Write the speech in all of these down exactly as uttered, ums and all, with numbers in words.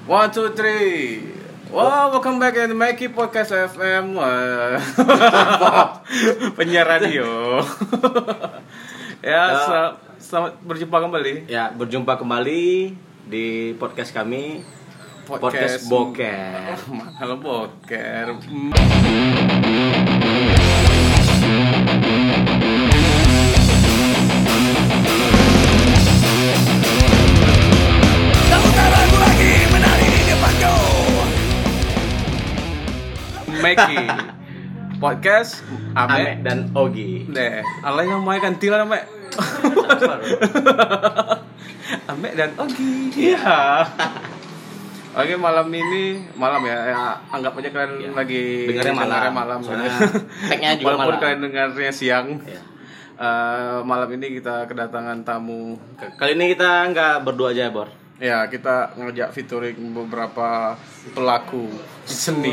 One, two, three. Wow, welcome back in Mikey Podcast F M. Penyiar radio. Ya, sel- selamat berjumpa kembali. Ya, berjumpa kembali di podcast kami. Podcast, podcast Boker. Halo Boker. Mikey Podcast Ame, Ame dan Ogi. Deh, alay namanya ganti lah namanya. Ame dan Ogi. Iya. Oke, malam ini malam ya, ya anggap aja kalian ya. lagi dengarnya malam. Dengarnya malam. Tag-nya juga walaupun malam. kalian dengarnya siang. Ya. Uh, malam ini kita kedatangan tamu. Kali ini kita nggak berdua aja, Bor. Ya, kita ngajak featuring beberapa pelaku seni.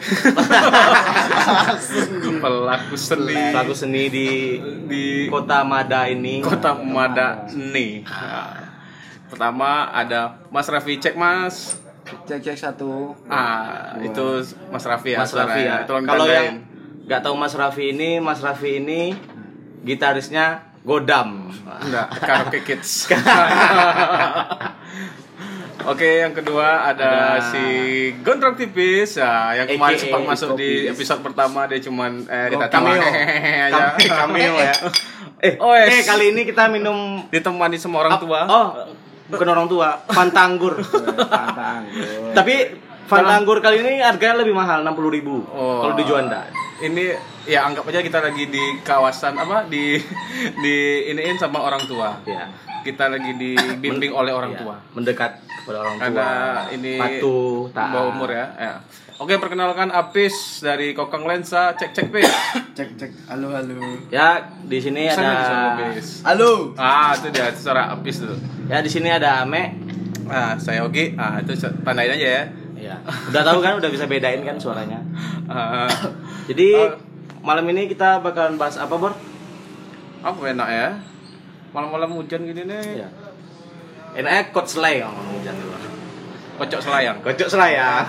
pelaku seni. Pelaku seni di di Kota Mada ini. Kota Mada nih. Nah, pertama ada Mas Raffi, cek Mas. Cek cek satu. Ah, wow. Itu Mas Raffi ya. Mas Raffi ya. Kalau yang nggak tahu Mas Raffi ini, Mas Raffi ini gitarisnya Godam. Enggak, Karaoke Kids. Oke, yang kedua ada, ada si Gondrong Tipis ya, yang kemarin sempat masuk di episode pertama, dia cuman eh kita cameo aja. Cameo ya. Eh, oh, yes. eh kali ini kita minum ditemani sama orang tua. Oh, bukan orang tua, Fanta anggur. Fanta anggur. Tapi Fanta anggur kali ini harganya lebih mahal, enam puluh ribu oh. Kalau di Juanda. Ini ya anggap aja kita lagi di kawasan apa di di iniin sama orang tua. Ya. Kita lagi dibimbing oleh orang ya, tua. Mendekat kepada orang tua. Karena ini patuh, bawah umur ya. ya. Oke, perkenalkan Apis dari Kokang Lensa. Cek cek Pis. Cek cek. Halo halo. Ya, di sini Sana ada halo. Ah, itu dia itu suara Apis tuh. Ya, di sini ada Ame. Ah, saya Ogi. Ah, itu tandain aja ya. Iya. Udah tahu kan, udah bisa bedain kan suaranya. Uh, Jadi uh, malam ini kita bakalan bahas apa, Bor? Apa enak ya? Malam-malam hujan gini nih. Iya. Enaknya kot selai kalau malam hujan tuh. Kocok selayang. Kocok selayang.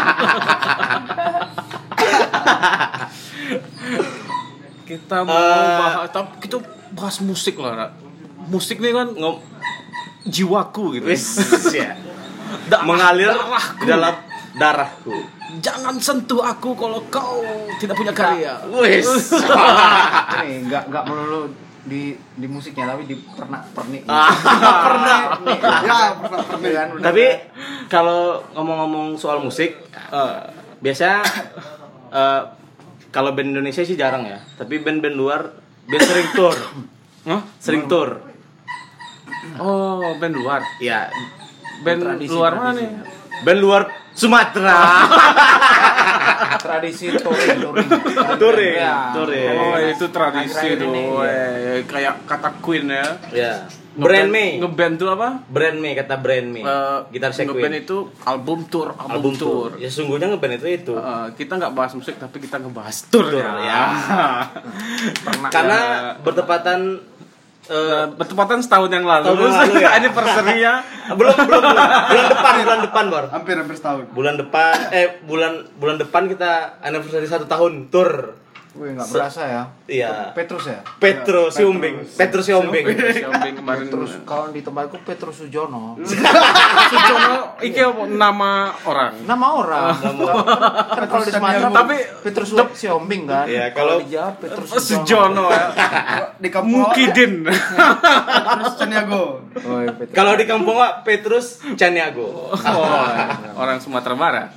Kita mau uh, bahas, tapi kita bahas musik lah. Musik nih kan ngom jiwaku gitu. Wis ya. Mengalir darahku. dalam darahku. Jangan sentuh aku kalau kau tidak punya karya. Wis. Ini enggak enggak melulu di di musiknya tapi di pernak pernik. Ah, pernah. Ya, pernak pernik kan. Tapi kalau ngomong-ngomong soal musik, uh, biasanya uh, kalau band Indonesia sih jarang ya. Tapi band-band luar band sering tour. Huh? Sering tour. Oh, band luar. Iya. Band tradisi, luar tradisi. mana nih? Band luar Sumatera. Tradisi touring touring. Touring. Ya. Touring. Oh, itu tradisi Akhir-akhir tuh. ini, Eh, kayak kata Queen ya. Ya. Brand Me. Ngeband tuh apa? Brand Me kata Brand Me. Uh, Gitar saya ngeband Queen. itu album tour, album, Album tour. tour. Ya sungguhnya ngeband itu itu. Uh, kita nggak bahas musik tapi kita ngebahas tour, Tour, ya. ya. Pernah Karena ya. bertepatan Uh, bertepatan setahun yang lalu. Tahun yang lalu ya. Anniversary-nya. belum belum belum. Bulan depan bulan depan Bor. Hampir hampir setahun. Bulan depan eh bulan bulan depan kita anniversary satu tahun tour. Wih, enggak berasa ya. Iya. Petrus ya? Petrus Siombing. Petrus Siombing. Siombing kemarin. Petrus kalau di tempatku Petrus Sujono. Sujono iki apa nama orang? Nama orang. Kan kalau di Sumatera Tapi Petrus Siombing kan. Iya, kalau kalau- di Jawa Petrus Sujono ya. Di kampung Mukidin. Petrus Caniago. Oh, iya, Petrus. Kalau di kampung Wak, Petrus Caniago. Oh, orang Sumatera Barat.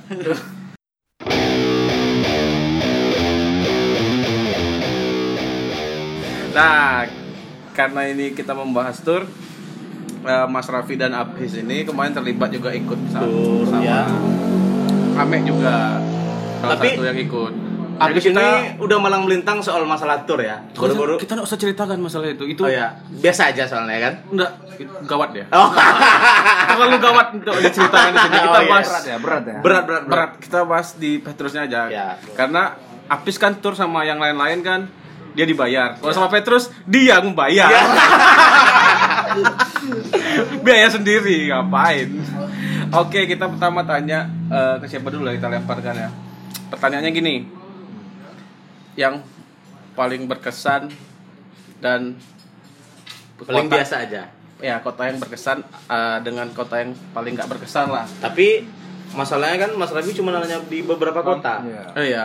Nah, karena ini kita membahas tour, uh, Mas Raffi dan Apis ini kemarin terlibat juga ikut sama, Tour, sama ya. Ame juga salah Tapi- satu yang ikut. Abis Jadi ini udah malang melintang soal masalah tour ya. Baru-baru. kita nggak usah ceritakan masalah itu. Itu Oh ya, biasa aja soalnya kan. enggak gawat ya. Oh. Terlalu gawat untuk diceritakan di sini. Kita Oh, iya. bahas berat ya, berat ya. Berat berat berat. Kita bahas di Petrusnya aja. Ya. Karena Apis kan tour sama yang lain-lain kan dia dibayar. Kalau sama Petrus dia membayar. Ya. Biaya sendiri, ngapain? Oke, kita pertama tanya eh, ke siapa dulu ya, kita lemparkan ya. Pertanyaannya gini. Yang paling berkesan dan Paling kota- biasa aja. Ya, kota yang berkesan eh, dengan kota yang paling nggak berkesan lah. Tapi masalahnya kan Mas Rabi cuma nanya di beberapa kota. Iya. Oh iya.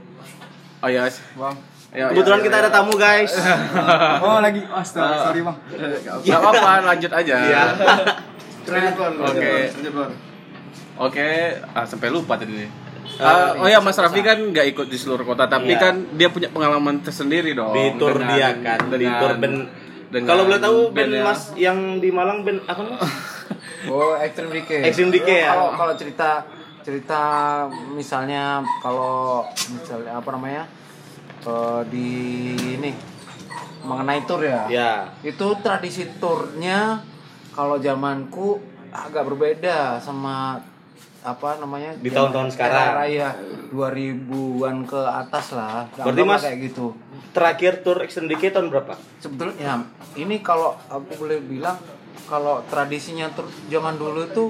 Oh iya. Bang. Ya, Kebetulan ya, kita ya, ada tamu guys. Oh lagi, astaga, sorry bang. Gak apa-apa, lanjut aja. Iya. Lanjut Bang, lanjut, Oke. Bang, lanjut, Bang. Oke, ah, sampai lupa tadi nih. Ah, oh ya, Mas Raffi kan nggak ikut di seluruh kota, tapi Iya. kan dia punya pengalaman tersendiri dong. Di tour Dengan- dia kan, di dengan- tour band. dengan Kalau boleh tahu band bandnya. Mas yang di Malang band apa Mas? Oh, Extreme Decay. Extreme Decay ya? Kalau kalau cerita cerita misalnya kalau misalnya apa namanya? eh, di ini mengenai tour ya. Ya. Itu tradisi turnya kalau zamanku agak berbeda sama apa namanya? Di zaman tahun-tahun sekarang. era Raya dua ribuan ke atas lah. Berarti, Gampang Mas, kayak gitu. Terakhir tour Extreme Decay tahun berapa? Sebetulnya ya, ini kalau aku boleh bilang kalau tradisinya tur zaman dulu itu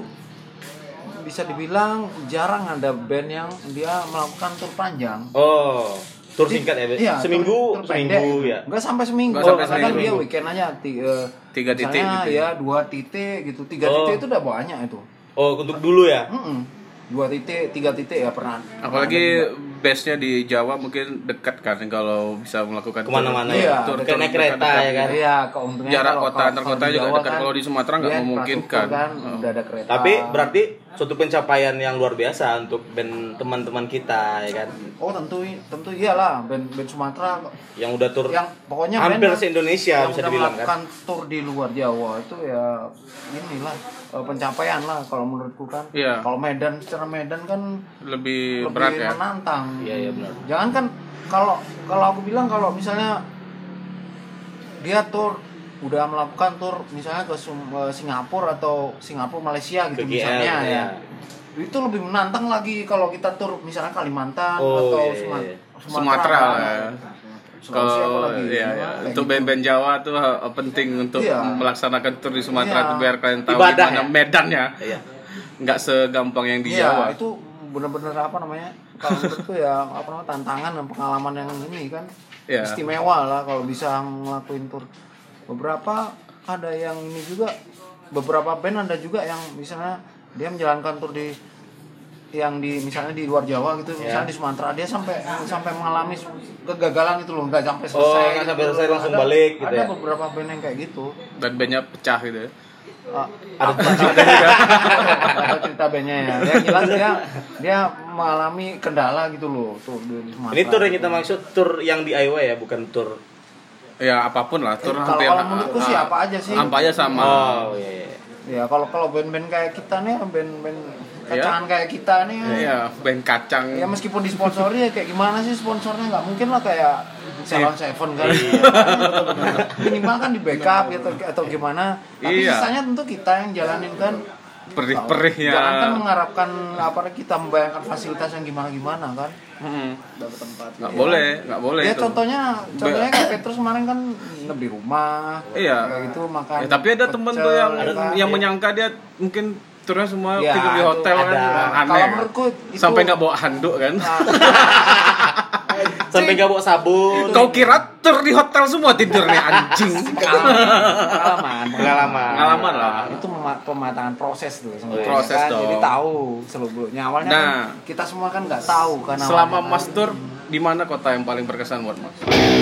bisa dibilang jarang ada band yang dia melakukan tur panjang. Oh, tour singkat ya? Be? Iya, seminggu, tur- tur pendek. seminggu ya. Enggak sampai seminggu. Nggak sampai Kadang seminggu. dia weekend aja ti- eh, Tiga titik misalnya gitu ya? ya dua titik gitu. Tiga Oh. titik itu udah banyak itu. Oh, untuk dulu ya? Mm-mm. Dua titik, tiga titik ya pernah. Apalagi base-nya di Jawa mungkin dekat kan kalau bisa melakukan Kemana-mana tour- ya? tour- Kayak tour naik kereta dekat-dekat ya kan? Iya, keuntungannya Jarak kalau- kota kalau- antar kalau kota di juga Jawa dekat. kan, Kalau di Sumatera nggak dia memungkinkan. infrastruktur kan, Oh. udah ada kereta. Tapi berarti suatu pencapaian yang luar biasa untuk band teman-teman kita ya kan? Oh tentu tentu iyalah band band Sumatera Yang udah tour yang pokoknya hampir band se-Indonesia yang bisa udah dibilang melakukan kan? tour di luar Jawa itu ya inilah eh, pencapaian lah kalau menurutku kan. Iya. Kalau Medan secara Medan kan Lebih, lebih berat ya. menantang. Iya, iya, benar. Jangan kan kalau kalau aku bilang kalau misalnya dia tour udah melakukan tour misalnya ke Sum- eh, Singapura atau Singapura Malaysia gitu Ke G L, misalnya ya. ya. Itu lebih menantang lagi kalau kita tur misalnya Kalimantan Oh, atau iya, iya, Suma- iya. Sumatera lah ya. Sulawesi Kalau apalagi, iya, ya, iya. kayak Untuk gitu. band-band Jawa tuh eh, penting untuk Iya. melaksanakan tur di Sumatera Iya. tuh biar kalian tahu Ibadah gimana ya? medannya. Iya. Nggak segampang yang di Iya, Jawa. itu benar-benar apa namanya? Kalau menurutku ya apa namanya tantangan dan pengalaman yang ini kan Iya. istimewa lah kalau bisa ngelakuin tur. Beberapa ada yang ini juga beberapa band ada juga yang misalnya dia menjalankan tur di yang di misalnya di luar Jawa gitu, misalnya Ya. di Sumatera dia sampai sampai mengalami kegagalan itu loh, nggak sampai Oh, selesai. nggak sampai gitu. selesai, langsung Ada- balik gitu Ada ya? beberapa band yang kayak gitu. Dan bandnya pecah gitu ya. Ah, Ada ada cerita bandnya ya. Dia jelas dia dia mengalami kendala gitu loh tuh di di Sumatera. Ini tour yang kita maksud tour yang D I Y ya, bukan tour. Ya apapun lah, tur Kalau hampir kalau menurutku sih apa aja sih. Apa aja sama. Oh, iya iya. Ya kalau kalau band-band kayak kita nih, band-band Iya. kacangan kayak kita nih. Iya, band kacang. Ya meskipun disponsori ya kayak gimana sih sponsornya, nggak mungkin lah kayak Salon Seven kan. Iya. Minimal kan di backup gitu atau gimana. Tapi Iya. sisanya tentu kita yang jalanin kan. Perih-perihnya. Jangan kan mengharapkan apa kita membayangkan fasilitas yang gimana-gimana kan. Mm-mm. Dapat tempat. Nggak Ya. boleh, nggak boleh Ya itu. contohnya, contohnya kayak Petrus kemarin kan nginep di rumah. Iya. Kayak gitu makan. Ya, tapi ada temen tuh pecel, yang ya kan. yang menyangka dia mungkin turnya semua Ya, tidur di itu hotel kan. ada. Aneh. Kalau kan? menurutku itu Sampai nggak bawa handuk kan. Sampai nggak bawa sabun. Kau kira tur di hotel semua tidurnya anjing. pengalaman, Pengalaman. Pengalaman lah. Itu mema- pematangan proses tuh sebenarnya. Proses kan? dong. Jadi tahu seluk-beluknya. Awalnya Nah. kan kita semua kan nggak tahu kan. Selama awalnya Mas kan. tur di mana kota yang paling berkesan buat Mas?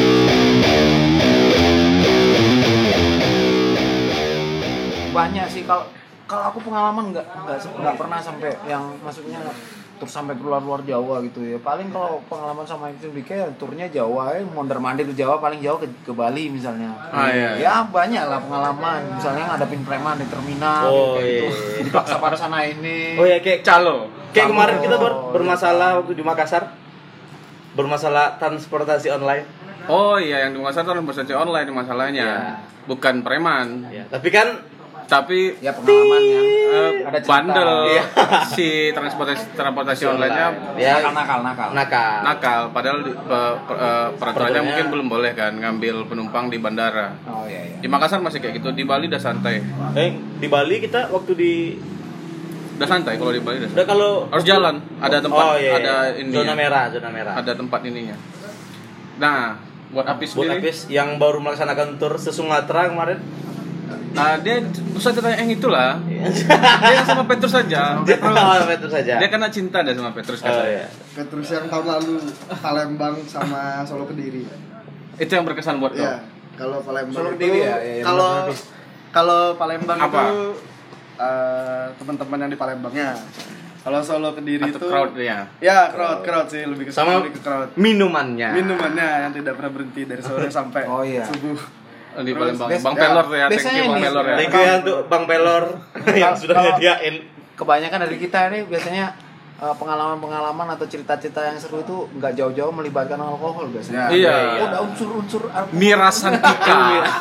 banyak sih kalau kalau aku pengalaman nggak nggak nggak pernah sampai yang maksudnya tur sampai keluar luar Jawa gitu ya. Paling kalau pengalaman sama itu kayak turnya Jawa ya, mondar mandir ke Jawa paling jauh ke, ke Bali misalnya. Ah, iya. Ya banyak lah pengalaman. Misalnya ngadepin preman di terminal Oh, kayak gitu. iya. Dipaksa-paksa sana ini. Oh ya kayak Calo. kayak kemarin kita Oh, ber- bermasalah waktu di Makassar. Bermasalah transportasi online. Oh iya, yang di Makassar tuh transportasi online masalahnya. Iya. Bukan preman. Ya, tapi kan Tapi Ya pengalaman yang eh, ada cerita. bandel Iya. si transportasi transportasi online-nya ya nakal nakal. nakal. nakal. Padahal di- pe- pe- eh, peraturannya Peraturannya- mungkin belum boleh kan ngambil penumpang di bandara. Oh iya iya. Di Makassar masih kayak gitu, di Bali udah santai. Eh, di Bali kita waktu di Udah santai kalau di Bali udah. Udah kalau Harus jalan, ada tempat, oh, iya, iya. ada ini. Zona merah, zona merah. Ada tempat ininya. Nah, buat Apis Buat sendiri. Apis yang baru melaksanakan tur se Sumatera kemarin. Nah, dia usah ditanya yang itulah. Dia yang sama Petrus saja. Dia sama Petrus saja. Dia kena cinta dah sama Petrus Oh, katanya. iya. Petrus yang tahun lalu Palembang sama Solo Kediri. Itu yang berkesan buat kau. Ya, kalau Palembang Solo itu Kediri ya, ya, ya, kalau benar, habis. kalau Palembang Apa? itu eh, teman-teman yang di Palembangnya. Kalau Solo Kediri Atau itu crowd-nya. Ya, crowd crowd sih lebih ke Sama lebih ke crowd. minumannya. Minumannya yang tidak pernah berhenti dari sore sampai Oh, iya. subuh. Di Terus, Palembang. bes- Bang ya, Pelor ya, thank biasanya you Bang ini- Pelor ya. Thank you ya untuk Bang Pelor yang sudah Kalau- nyediain. Kebanyakan dari kita ini biasanya uh, pengalaman-pengalaman atau cerita-cerita yang seru itu nggak jauh-jauh melibatkan alkohol biasanya. Ya. Iya. Oh, ada unsur-unsur alkohol. Mirasantika.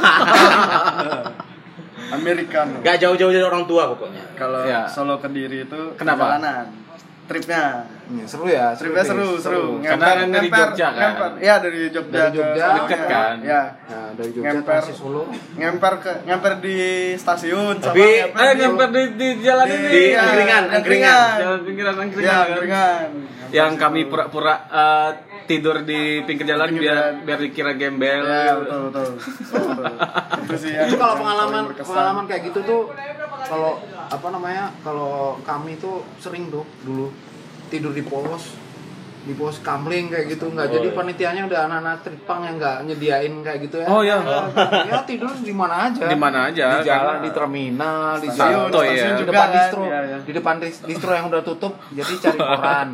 Americano. Gak jauh-jauh dari orang tua pokoknya. Kalau Ya. Solo Kediri itu Kenapa? perjalanan. Tripnya. Iya, seru ya. Tripnya deh, seru, seru. Karena kan dari Jogja kan? Ngemper. Iya, dari Jogja Dari Jogja, ke deket Solo. kan? Iya. Nah, dari Jogja Ngemper. ke Solo. Ngemper ke ngemper di stasiun Tapi, Eh, ngemper di, di jalan ini. Di Iya, angkringan, di angkringan. Jalan pinggiran angkringan. Iya, kan? angkringan. Yang kami pura-pura eh, tidur di pinggir jalan Pinggir biar jalan. biar dikira gembel. Ya, betul, betul. Betul. Itu sih yang Itu kalau yang pengalaman paling berkesan. pengalaman kayak gitu tuh kalau apa namanya? Kalau kami tuh sering tuh dulu tidur di pos di pos kamling kayak gitu nggak Oh, jadi iya. panitianya udah anak-anak tripang yang nggak nyediain kayak gitu ya. Oh, iya. Ya tidur di mana aja. Di mana aja, Di jalan, karena- di terminal, di Stasiun, jalan, stasiun di juga depan kan, distro, iya, iya. di depan dis- distro yang udah tutup, jadi cari koran.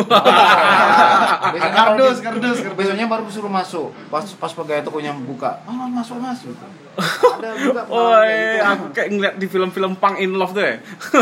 Biasanya Kardus, kalau di- kardus, kardus. Biasanya baru suruh masuk. Pas pas pegawai tokonya buka, ah mas, masuk mas. Gitu. Ada juga. Oh, pengalaman kayak eh, gitu. aku kayak ngeliat di film-film Punk in Love tuh ya.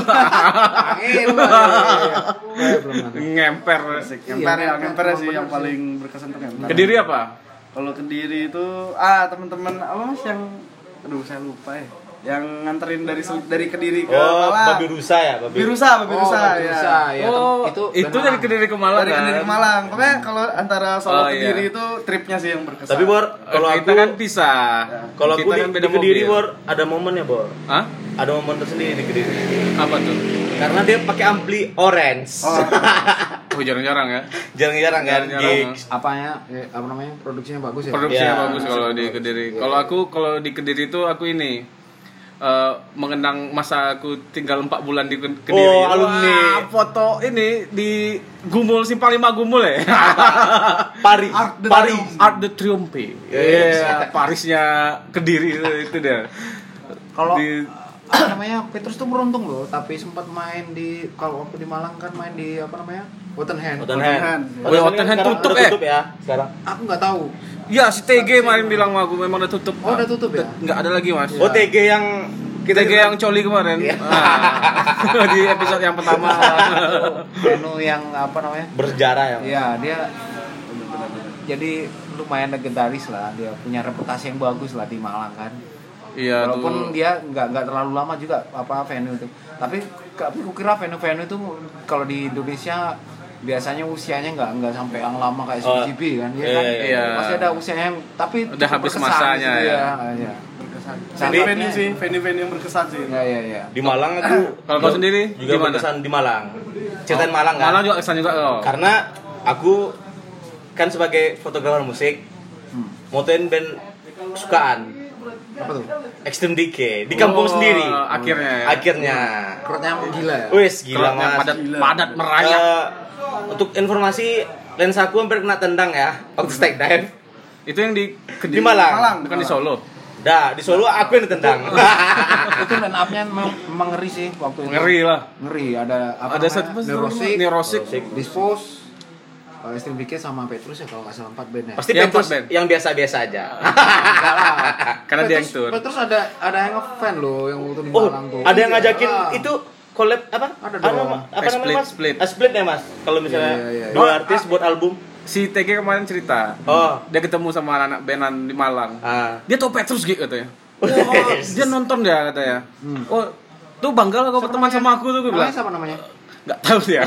Angin, Pak. Iya, iya. Eh, belum ada. Ngemper. Ngemper ya, Iya, ngemper emang sih bener yang sih. paling berkesan tuh ngemper. Kediri apa? Kalau Kediri itu ah teman-teman apa Mas yang aduh saya lupa ya. Yang nganterin dari Sel- dari Kediri ke Oh, Malang. babi rusa ya, babi. Babi Rusa, Babi Oh, Rusa Babi ya. Rusa, ya. Oh, itu itu, benar. dari Kediri ke Malang Dari kan? Kediri ke Malang. Pokoknya kalau antara Solo Oh, Kediri iya. itu tripnya sih yang berkesan. Tapi Bor, kalau kita aku kan pisah. kalau aku Kita di, kan di beda Kediri mobil. Bor, ada momen ya Bor. Hah? Ada momen tersendiri di Kediri. Apa tuh? Karena dia pakai ampli orange. Oh, Oh, jarang-jarang ya. Jarang-jarang kan Jarang-jarang. gigs. apanya eh, apa namanya produksinya bagus ya. Produksinya Ya. bagus kalau di Kediri. Kalau aku kalau di Kediri itu aku ini eh, mengenang masa aku tinggal empat bulan di Ke- Kediri. Oh, alumni. Wah, foto ini di Gumul Simpang lima Gumul ya. Pari, Art the Pari. Art de Triomphe. Iya, Parisnya Kediri itu, itu dia. Kalau Di- apa namanya Petrus tuh beruntung loh, tapi sempat main di kalau waktu di Malang kan main di apa namanya Tottenham. Tottenham. Oh, ya, Tottenham sekarang tutup, udah eh. tutup ya sekarang. Aku nggak tahu. Ya, si T G main bilang sama aku memang udah tutup. Oh, udah tutup ya? Nggak ada lagi, Mas. Oh, T G yang Kita T G yang coli kemarin. Ah. Di episode yang pertama. Venue yang apa namanya? bersejarah ya. Iya, dia jadi lumayan legendaris lah, dia punya reputasi yang bagus lah di Malang kan. Iya, Walaupun tuh. dia nggak nggak terlalu lama juga apa venue itu. Tapi tapi aku kira venue-venue itu kalau di Indonesia biasanya usianya nggak nggak sampai yang lama kayak Oh, S P G kan, ya iya, kan? iya, iya. Pasti ada usianya yang tapi Udah cukup habis berkesan masanya, gitu ya. Iya. berkesan. Sangatnya- Venue sih, venue-venue yang berkesan sih. Iya iya iya. Di Malang aku Kalau kau sendiri juga gimana? berkesan di Malang. Ceritain Malang kan? Malang juga kesan juga oh. Karena aku kan sebagai fotografer musik Hmm. motoin band sukaan Apa tuh? Extreme Decay di kampung Oh, sendiri. akhirnya ya. Akhirnya. Crowd-nya gila ya. Wes gila Crowd-nya Mas. padat, Gila. padat merayap. Eh, untuk informasi lensa aku hampir kena tendang ya waktu stake dive. Itu yang di Di Malang. Malang. bukan di Solo. Dah, di Solo aku yang ditendang. Itu line up-nya memang, memang ngeri sih waktu itu. Ngeri lah. Ngeri, ada apa Ada namanya? satu Neurosik, Neurosik. Dispose, uh, Extreme Decay sama Petrus ya kalau nggak salah empat band ya. Pasti Yang Petrus empat band. yang biasa-biasa aja. Enggak lah. Karena dia yang Petrus- tour. Petrus ada ada yang ngefan loh yang waktu di Oh, Malang tuh. ada yang Iya. ngajakin Ah. itu collab apa? Ada Apa dong. nama- Apa Eh, namanya split, Mas? split. Ah, split ya Mas. Kalau misalnya Iya, iya, iya. dua artis buat album. Si T G kemarin cerita. Oh. Dia ketemu sama anak bandan di Malang. Ah. Dia tau Petrus gitu katanya. Oh, Oh, yes. dia nonton dia katanya. Hmm. Oh, tuh bangga lah kau berteman sama aku tuh gue bilang. Namanya siapa namanya? Nggak tahu dia.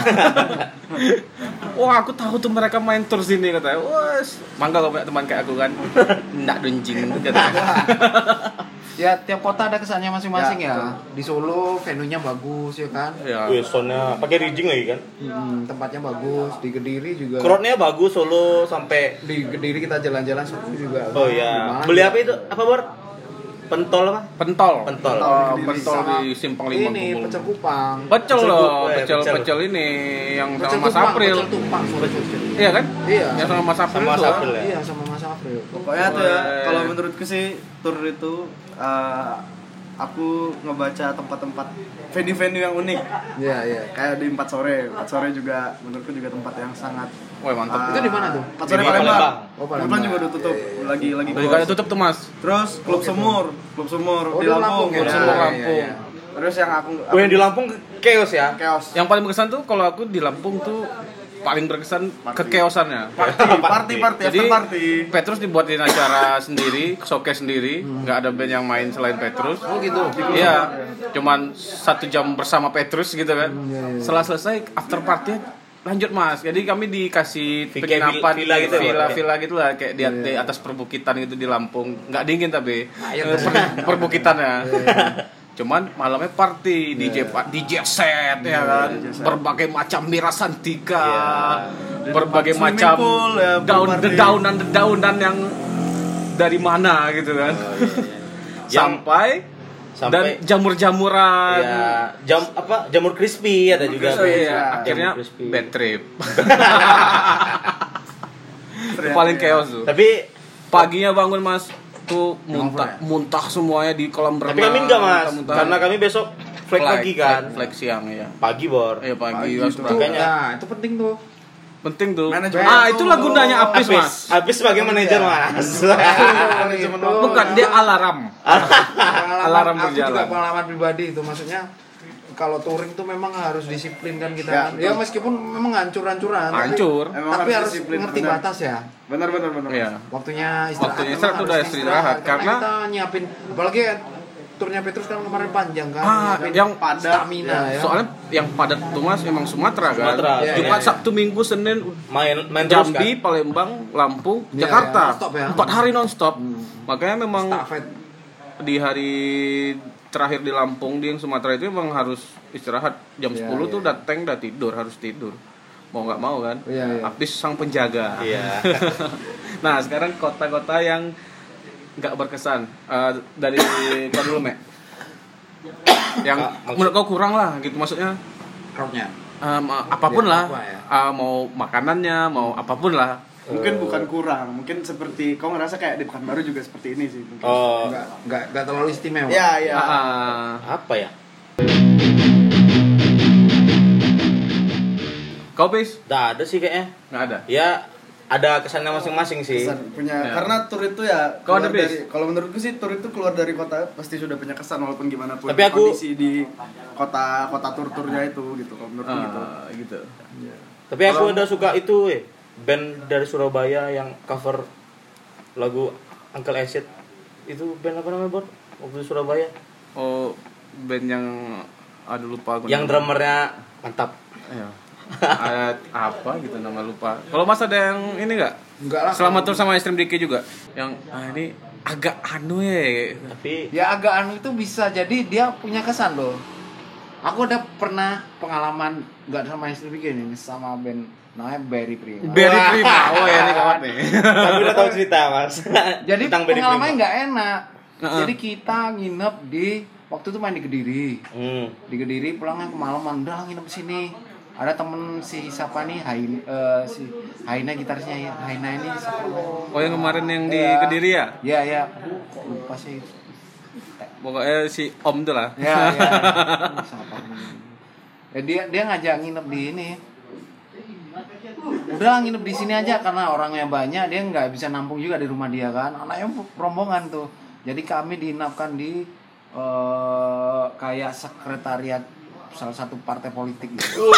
Wah, aku tahu tuh mereka main tour sini katanya. Wah, mangga kau punya teman kayak aku kan. Nggak dunjing katanya. Ya tiap kota ada kesannya masing-masing Ya, ya. Di Solo venue-nya bagus ya kan. Ya. Wih, soundnya pakai rigging lagi kan. Hmm, tempatnya bagus. Di Kediri juga. Crowd-nya bagus Solo sampai. Di Kediri kita jalan-jalan seru juga. Oh iya. Lumayan. Beli apa itu? Apa Bor? Pentol apa? Pentol. Pentol. Oh, Kediri. pentol Sama di Simpang Lima. Ini Kumbul. pecel kupang. Pecel Pecel loh, ku- eh, pecel pecel. pecel ini yang Pecel sama Mas tumpang, April. pecel tumpang, sorry, sorry. Iya kan? Iya. Yang sama Mas April. Sama Mas tuh, kan? April. ya? Iya sama Mas April. Pokoknya tuh ya, Wah. kalau menurutku sih tour itu eh, aku ngebaca tempat-tempat venue-venue yang unik. Iya, iya. Kayak di Empat Sore. Empat Sore juga menurutku juga tempat yang sangat Wah, mantap. Itu di mana tuh? Empat Sore Di Palembang. Palembang. Oh, Palembang. Kebetulan juga udah tutup. Iya, iya, iya. Lagi lagi Dari close. kali tutup tuh, Mas. Terus Klub Sumur, Klub Sumur Oh, di di Lampung. Lampung ya? Klub Iya, Sumur iya, Lampung. iya. Terus yang aku, Oh, yang di Lampung chaos ya. chaos. Yang paling berkesan tuh kalau aku di Lampung tuh paling berkesan kekeosannya. Party, party, party, Jadi after party. Petrus dibuatin acara sendiri, showcase sendiri, nggak ada band yang main selain Petrus. Oh gitu. Iya, cuman satu jam bersama Petrus gitu kan. Setelah selesai after party lanjut Mas. Jadi kami dikasih Kayak penginapan villa gitu ya, villa, Bang? villa gitu lah kayak di, di atas perbukitan gitu di Lampung. Nggak dingin tapi eh, per- perbukitannya. Cuman malamnya party, D J pa- D J set ya kan. Berbagai macam mirasantika. Berbagai Swimming macam pool, ya, daun party. dedaunan dedaunan yang dari mana gitu kan. Sampai Sampai dan jamur-jamuran. ya jam apa? Jamur crispy ada juga. crispy, Iya, ya. akhirnya Jamur crispy. bad trip. Itu paling chaos tuh. Tapi Paginya bangun Mas tuh muntah muntah semuanya di kolam renang. tapi kami enggak Mas, muntah-muntah. karena kami besok flag pagi kan. Flag, flag siang ya. Pagi Bor. Iya pagi, Pagi harus tuh. berangkat. Makanya. Nah, itu penting tuh. Penting tuh. Manajemen Ah, waktu. itu lagu gunanya Apis, Mas. Habis sebagai manajer Mas. Manajemen Itu. waktu. Bukan dia alarm. Pengalaman Alarm aku juga berjalan. pengalaman pribadi itu maksudnya kalau touring tuh memang harus disiplin kan kita Ya, kan. Ya betul. meskipun memang hancur-hancuran. tapi- Hancur. Emang Tapi harus harus disiplin, ngerti benar. batas ya. Benar benar benar. Iya. Waktunya istirahat. Waktunya memang istirahat tuh harus udah istirahat, karena- kita nyiapin apalagi turnya Petrus kan kemarin panjang kan. Ah, nyiapin yang padat, stamina ya. Soalnya yang padat tuh Mas memang Sumatera kan. Sumatera, Iya, Jumat, iya. Sabtu, Minggu, Senin main main terus kan. Jambi, Palembang, Lampung, Iya, Jakarta. iya, non-stop ya. Empat hari nonstop. Makanya memang Stafet. di hari terakhir di Lampung di yang Sumatera itu memang harus istirahat jam Iya, sepuluh iya. tuh datang udah tidur, harus tidur. Mau nggak mau kan. Iya, iya. Apis sang penjaga. Iya. Nah, sekarang kota-kota yang nggak berkesan. Eh, dari kau dulu, Mek. Yang Kak, maksud- menurut kau kurang lah gitu maksudnya. Crowdnya. Em, apapun Ya, lah. apa ya? Eh, mau makanannya, mau apapun lah. Mungkin bukan kurang, mungkin seperti kau ngerasa kayak di Pekanbaru juga seperti ini sih. Mungkin. Oh, Enggak enggak enggak terlalu istimewa. Iya iya. Ah, ah. apa ya? Kau Pis? Nggak ada sih kayaknya. Nggak ada. Ya ada kesannya masing-masing sih. Kesan punya Ya. karena tur itu ya Kau keluar ada, Bis? dari kalau menurutku sih tur itu keluar dari kota pasti sudah punya kesan walaupun gimana pun Tapi aku- kondisi di kota kota tur-turnya itu gitu kalau menurutku gitu. Ah, gitu. Tapi aku udah suka itu, eh, band dari Surabaya yang cover lagu Uncle Acid. Itu band apa namanya, Bor? Waktu di Surabaya. Oh, band yang aduh lupa aku. Yang namanya. drummernya mantap. Iya. Ada apa gitu nama lupa. Kalau Mas ada yang ini enggak? Enggak lah. Selamat tur sama Extreme Diki juga. Yang ah ini agak anu ya. Tapi Ya agak anu itu bisa jadi dia punya kesan loh. Aku udah pernah pengalaman nggak sama istri bikin ini sama band namanya Berry Prima. Berry Prima. Oh ya ini kawan nih. tapi udah tahu cerita, Mas. Jadi Tentang Berry pengalamannya Prima. nggak enak. Heeh. Jadi kita nginep di waktu itu main di Kediri. Hmm. Di Kediri pulangnya kemalaman udah nginep sini. Ada temen si siapa nih Hain eh, si Haina gitarisnya ya. Haina ini siapa namanya? Oh yang kemarin yang di Iya. Kediri ya? Iya ya. Aduh, kok lupa sih. Pokoknya si Om tuh lah. Ya, ya. Siapa namanya? Ya, dia dia ngajak nginep di ini. Udah nginep di sini aja karena orangnya banyak, dia nggak bisa nampung juga di rumah dia kan. Anaknya rombongan tuh. Jadi kami diinapkan di eh, kayak sekretariat salah satu partai politik gitu.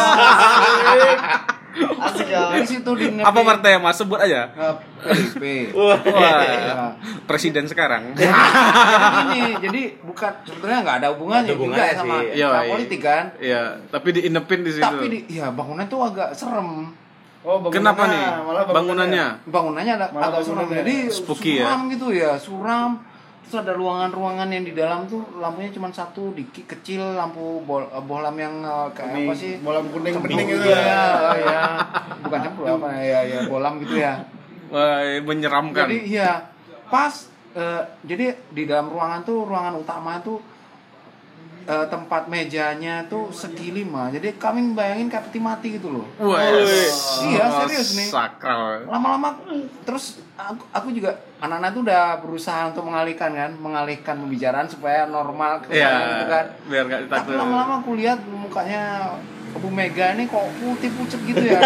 Asik ya. Di situ di Apa partai Mas sebut aja? P D I P. Wah, Ya. presiden sekarang. Jadi gini, jadi bukan sebetulnya nggak ada hubungannya Nggak ada juga hubungannya ya sama, sih. Iya, sama iya. politik kan. Iya, tapi diinepin di situ. Tapi di, ya bangunan tuh agak serem. Oh, bangunannya, Kenapa nih? malah Bangunannya? Bangunannya ada, Malah agak suram bangunannya. jadi Spooky ya? suram gitu ya, suram. Terus ada ruangan-ruangan yang di dalam tuh lampunya cuma satu, dikit kecil, lampu bol, bohlam yang uh, kayak apa sih? Bolam kuning bening gitu gitu ya. Oh, ya. Bukan cempul apa ya ya bohlam gitu ya. Wah, menyeramkan. Jadi iya, pas uh, jadi di dalam ruangan tuh ruangan utama tuh uh, tempat mejanya tuh segi lima. Jadi kami bayangin kayak peti mati gitu loh. Wah, Iya, serius nih. Sakral. Lama-lama terus aku, aku juga anak-anak tuh udah berusaha untuk mengalihkan kan, mengalihkan pembicaraan supaya normal Iya, gitu kan. biar gak Tapi ditakut. lama-lama aku lihat mukanya Bu Mega ini kok putih pucet gitu ya.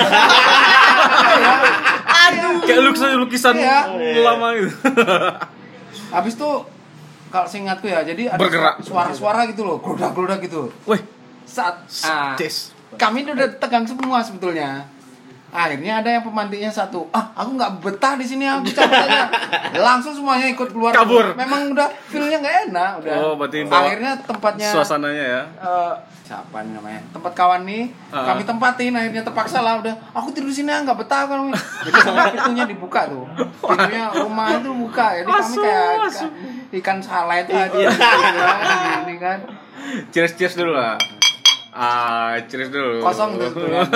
Ya. Aduh. Kayak lukisan lukisan Iya. lama gitu. Habis tuh kalau seingatku ya, jadi ada Bergerak. suara-suara gitu loh, geludak-geludak gitu. Wih, Saat ah, Cis. kami tuh udah tegang semua sebetulnya. Akhirnya ada yang pemantiknya satu. Ah, aku nggak betah di sini, aku cabut aja. Langsung semuanya ikut keluar. Kabur. Memang udah feel-nya nggak enak, udah. Oh, berarti bawa akhirnya tempatnya suasananya ya. eh, siapa nih namanya? Tempat kawan nih, Uh. kami tempatin, akhirnya terpaksa lah udah. Aku tidur di sini nggak betah kan. Jadi sampai pintunya dibuka tuh. Pintunya rumah itu buka. Jadi kami kayak ikan, ikan salai itu aja. Ini kan. Cheers cheers dulu lah. Ah, cheers dulu. Kosong tuh.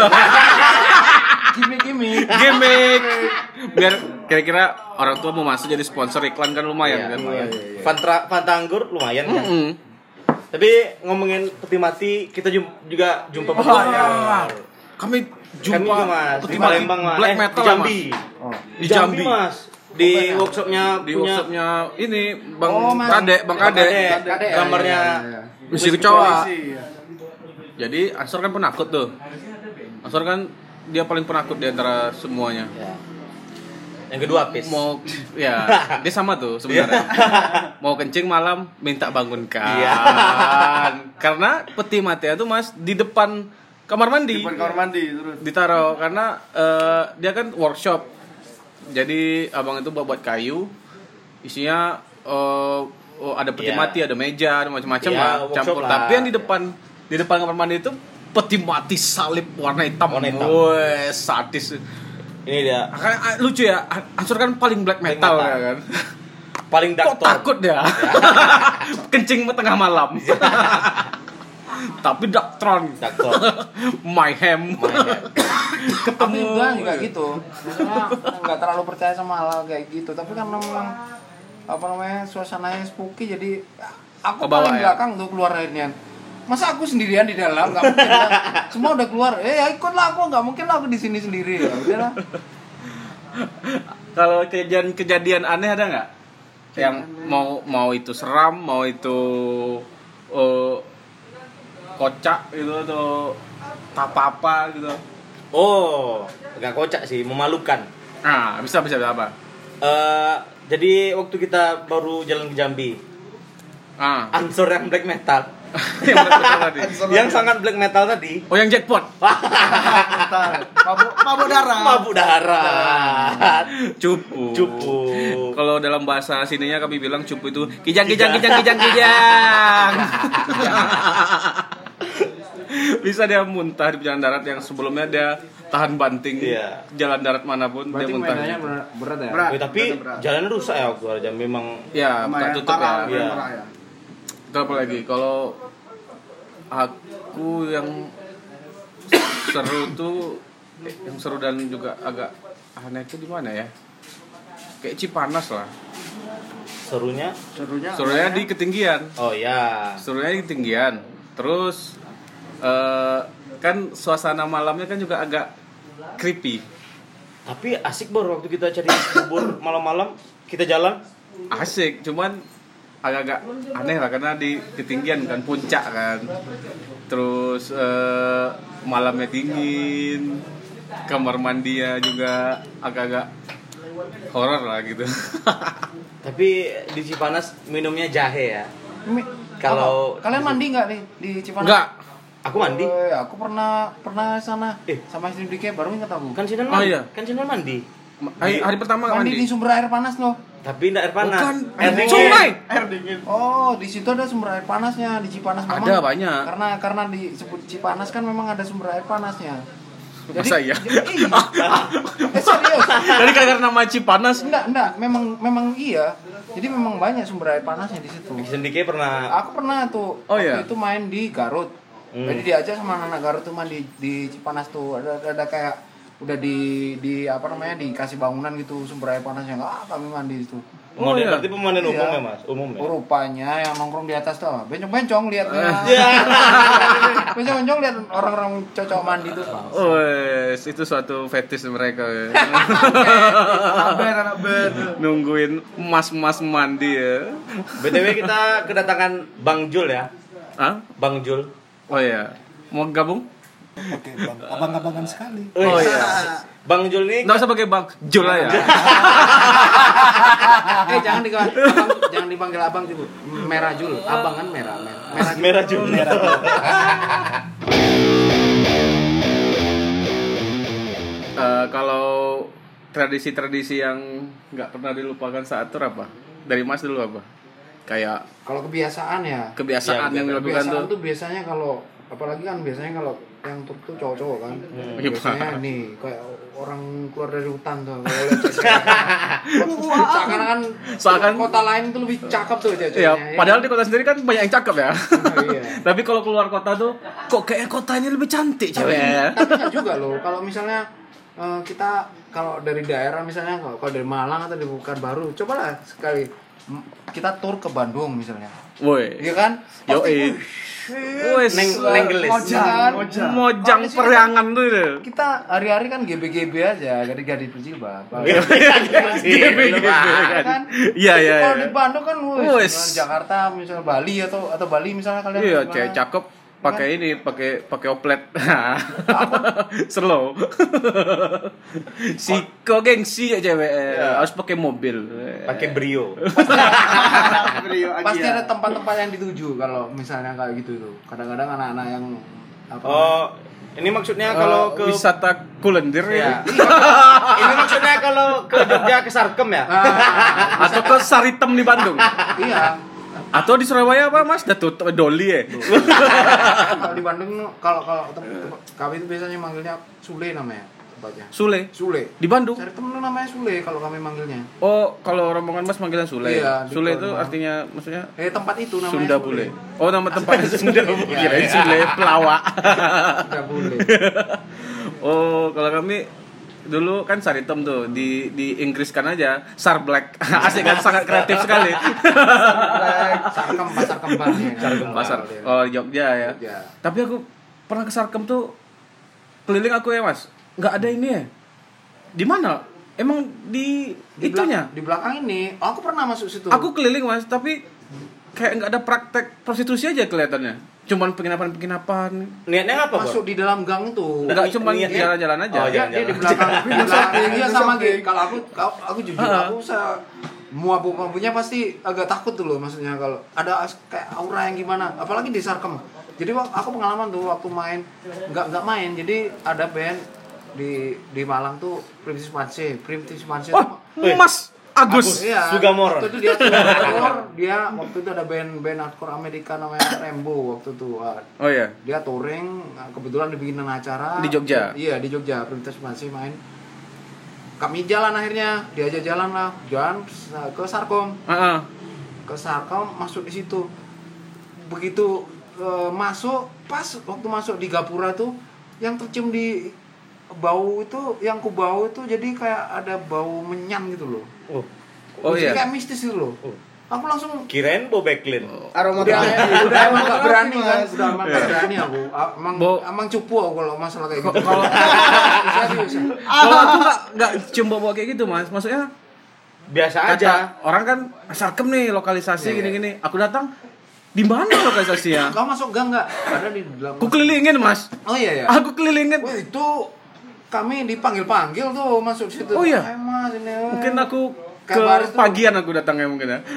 Gimik-gimik. Gimik. Biar kira-kira orang tua mau masuk jadi sponsor iklan kan lumayan kan. Fanta Fanta anggur lumayan kan. Mm-mm. Tapi ngomongin peti mati, kita jum- juga jumpa Oh, peti iya. Kami jumpa Kami juga Mas, peti di mati Palembang Mas. black Eh, metal di lah, Jambi. Mas. Oh. Di Jambi. Mas. Di workshopnya Di punya workshopnya ini Bang Oh, Mas. Kade, Bang Bang Kade. Kade. Kade, ya, Gambarnya iya, iya, iya. Misi kecoa. Polisi, ya. Jadi Ansor kan penakut tuh. Ansor kan dia paling penakut di antara semuanya. Ya. Yang kedua Pis. Mau ya, dia sama tuh sebenarnya. Mau kencing malam minta bangunkan. Iya. Karena peti mati itu Mas di depan kamar mandi. Di depan kamar mandi terus. Ditaruh karena eh, dia kan workshop. Jadi abang itu buat kayu. Isinya eh, oh, ada peti Iya. mati, ada meja, ada macam-macam Iya, lah, workshop campur. lah. Tapi yang di depan di depan kamar mandi itu peti mati salib warna hitam. Warna hitam. Wih, sadis. Ini dia. Karena ah, lucu ya, Ansur kan paling black Black metal, metal. ya kan. Paling Kok daktor. takut dia? Kencing tengah malam. Tapi Daktron. Daktor. Mayhem. Ketemu gua juga gitu. Maksudnya nggak terlalu percaya sama hal kayak gitu. Tapi kan memang apa namanya suasananya spooky, jadi aku Kebawa, paling ya? belakang tuh keluar akhirnya. Masa aku sendirian di dalam? Nggak mungkin lah. Semua udah keluar. Eh ya ikutlah aku, nggak mungkin lah aku di sini sendiri. Ya udahlah. Kalau kejadian-kejadian aneh ada nggak? Yang mau mau itu seram, mau itu eh, kocak gitu atau apa-apa gitu. Oh, agak kocak sih, memalukan. Nah, bisa bisa apa? Eh, jadi waktu kita baru jalan ke Jambi, Ah, Ansor yang black metal, yang betul tadi. yang sangat black metal tadi, Oh, yang jackpot. Mabuk, mabuk darah. mabuk darah, Cupu. cupu. Kalau dalam bahasa sininya kami bilang cupu itu kijang kijang kijang kijang kijang. Bisa dia muntah di jalan darat yang sebelumnya dia tahan banting. Iya. Jalan darat manapun Berarti dia muntah. mainannya berat, berat ya. Berat. Eh, tapi berat. jalannya rusak ya waktu ada Jambi memang. Ya, buka Lumayan tutup parah, ya. lumayan Iya. parah ya. Terus apa lagi? Kalau aku yang seru tuh yang seru dan juga agak aneh itu di mana ya? Kayak Cipanas lah. Serunya, Serunya. Serunya di ketinggian. oh ya, Serunya di ketinggian. Terus eh, kan suasana malamnya kan juga agak creepy. tapi asik baru waktu kita cari bubur malam-malam kita jalan. Asik, cuman agak-agak aneh lah karena di ketinggian kan, puncak kan. Terus eh, malamnya dingin, kamar mandinya juga agak-agak horor lah gitu. Tapi di Cipanas minumnya jahe ya. Mi- Kalau- apa? Kalian mandi nggak nih di Cipanas? Enggak. Aku mandi. Eh, aku pernah pernah sana Eh. sama istri Dike baru ingat aku. Kan Sinan Oh, mandi. iya. Kan Sinan mandi. Hari, hari pertama nggak mandi mandi. di sumber air panas loh. Tapi enggak air panas. Bukan, air air dingin. sungai. Air dingin. Oh, di situ ada sumber air panasnya di Cipanas memang. Ada banyak. Karena karena disebut Cipanas kan memang ada sumber air panasnya. Masa iya? Iya. Eh, serius. Dari karena nama Cipanas. Enggak, enggak, memang memang iya. Jadi memang banyak sumber air panasnya di situ. Sendike pernah Aku pernah tuh Oh, waktu iya? itu main di Garut. Hmm. Jadi diajak sama anak Garut tuh main di di Cipanas tuh. Ada ada, ada kayak udah di di apa namanya dikasih bangunan gitu sumber air panasnya. Ah, kami mandi itu. Oh, Oh, iya. berarti pemandian Iya. umum ya, Mas? Umum ya? Oh, rupanya yang nongkrong di atas tuh bencong-bencong liatnya. Iya. Bencong-bencong lihat orang-orang cocok mandi tuh. Oh, itu suatu fetish mereka ya. Anak band, anak band. Nungguin emas-emas mandi ya. B T W kita kedatangan Bang Jul ya. Hah? Bang Jul. Oh iya. Mau gabung? Oke, bang, abang-abangan sekali. Oh iya. Bang Jul nih Nggak usah pakai Bang Jul lah ya. Eh jangan dipanggil abang, jangan dipanggil abang tuh. Merah Jul, abang kan merah, merah. Merah Jul. Merah Jul. Eh, kalau tradisi-tradisi yang nggak pernah dilupakan saat tur apa? Dari Mas dulu apa? Kayak Kalau kebiasaan ya. kebiasaan Iya, yang dilakukan Kebiasaan tuh. tuh biasanya kalau apalagi kan biasanya kalau yang tur tuh cowok-cowok kan. Hmm. Biasanya nih kayak orang keluar dari hutan tuh kalau lihat cewek. Seakan-akan Seakan- kota lain tuh lebih cakep tuh ceweknya. Ya, padahal di kota sendiri kan banyak yang cakep ya. Iya. Tapi kalau keluar kota tuh kok kayak kotanya lebih cantik cewek ya. Tapi nggak juga loh. Kalau misalnya eh, kita kalau dari daerah misalnya kalau kalau dari Malang atau dari Pekanbaru, cobalah sekali m- kita tur ke Bandung misalnya. Woi. Iya kan? Yoi. Wes Neng neng gelis. Mojang, Mojang periangan tuh itu. Kita hari-hari kan G B G B aja, gadis-gadis berjilbab. Iya, G B G B kan. Iya iya. Kalau iya. di Bandung kan wes, Wes. misalnya Jakarta, misalnya Bali atau atau Bali misalnya kalian. Iya, gimana? cewek cakep pakai ini, pakai pakai oplet. Slow. Siko gengsi ya cewek. Harus pakai mobil. Pakai Brio. Rio Pasti Agia. ada tempat-tempat yang dituju kalau misalnya kayak gitu itu. Kadang-kadang anak-anak yang apa? Oh, ini maksudnya kalau Eh, ke wisata kulender ya. ya. Ini maksudnya kalau ke Jogja ke Sarkem ya? Atau ke Saritem di Bandung. Iya. Atau di Surabaya apa Mas? Datuk Doli ya. Kalau di Bandung kalau kalau tem- tem- kami itu biasanya manggilnya Sule namanya tempatnya. Sule. Sule. Di Bandung. Cari temen lu namanya Sule kalau kami manggilnya. Oh, kalau rombongan Mas manggilnya Sule. Iya, di Sule itu Kordang. artinya maksudnya Eh tempat itu namanya Sunda Sule. Bule. Oh, nama tempatnya Sunda Bule. Iya, Kirain iya. Sule pelawak. Sunda Bule. Oh, kalau kami dulu kan Saritem tuh di di Inggriskan aja Sar Black. Asik kan, sangat kreatif sekali. Sarkem pasar kembang ya. Sarkem pasar. Oh, di Jogja ya. Jogja. Tapi aku pernah ke Sarkem tuh keliling aku ya, Mas. Nggak ada ini ya. Di mana? Emang di, Di itunya? belak- di belakang ini, oh, aku pernah masuk situ. Aku keliling, Mas, tapi kayak nggak ada praktek prostitusi aja kelihatannya. Cuman penginapan-penginapan. Niatnya apa, Bor? masuk di dalam gang itu. Nggak cuman niatnya- jalan-jalan aja. Oh, Dia, jalan-jalan. dia di belakang, di belakang iya sama shopping. gitu. Kalau aku, aku, aku jujur, Ah. aku saya muabu-muabunya pasti agak takut tuh loh, maksudnya kalau ada as- kayak aura yang gimana, apalagi di Sarkem. Jadi wak- aku pengalaman tuh waktu main, nggak nggak main, jadi ada band di di Malang tuh Primitive Manse, Primitive Manse Wah, tuh Mas Agus. iya, Sugamoron. waktu itu dia hardcore, dia waktu itu ada band-band hardcore Amerika namanya Rainbow waktu itu. Ah, Oh iya. dia touring, nah, kebetulan dibikin acara Di Jogja? Iya di Jogja, Prioritas masih main. Kami jalan akhirnya, diajak jalan lah, jalan ke Sarkom, Heeh. ke Sarkom masuk di situ. Begitu eh, masuk, pas waktu masuk di Gapura tuh, yang tercium di bau itu, yang ku bau itu jadi kayak ada bau menyan gitu loh. Oh, Oh Jadi iya. kayak mistis gitu loh. Aku langsung kirain Bobek Clean. Aroma udah terapi. udah emang gak berani kan, Mas. udah emang gak berani aku. Ah, Emang Bo- emang cupu aku kalau masalah kayak gitu. Kalau Serius. kalau aku nggak nggak cium bau kayak gitu, Mas. Maksudnya Biasa kata aja. orang kan Sarkem nih lokalisasi Iya. gini-gini. Aku datang di mana lokalisasinya? Kau masuk gang nggak? Ada di dalam. Aku kelilingin, Mas. Oh iya ya. Aku kelilingin. Wah itu kami dipanggil-panggil tuh masuk situ. Oh, iya? Eh, Mas, ini, eh. Mungkin aku ke Kayak baris tuh. pagian aku datangnya mungkin ya.